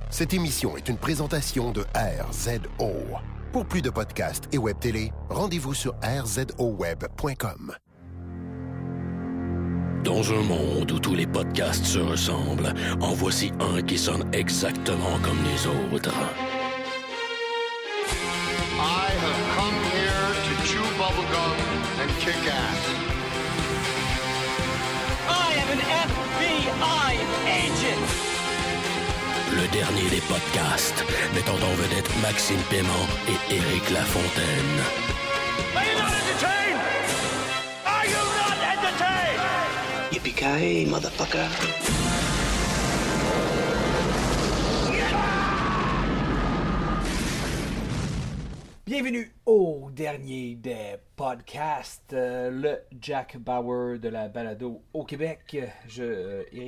Cette émission est une présentation de RZO. Pour plus de podcasts et web télé, rendez-vous sur rzoweb.com. Dans un monde où tous les podcasts se ressemblent, en voici un qui sonne exactement comme les autres. I have come here to chew bubblegum and kick ass. I am an FBI agent. Le dernier des podcasts, mettant en vedette Maxime Paiement et Éric Lafontaine. Are you not entertained? Are you not entertained? Yippee-ki-yay, motherfucker. Bienvenue au dernier des podcasts, le Jack Bauer de la balado au Québec. Éric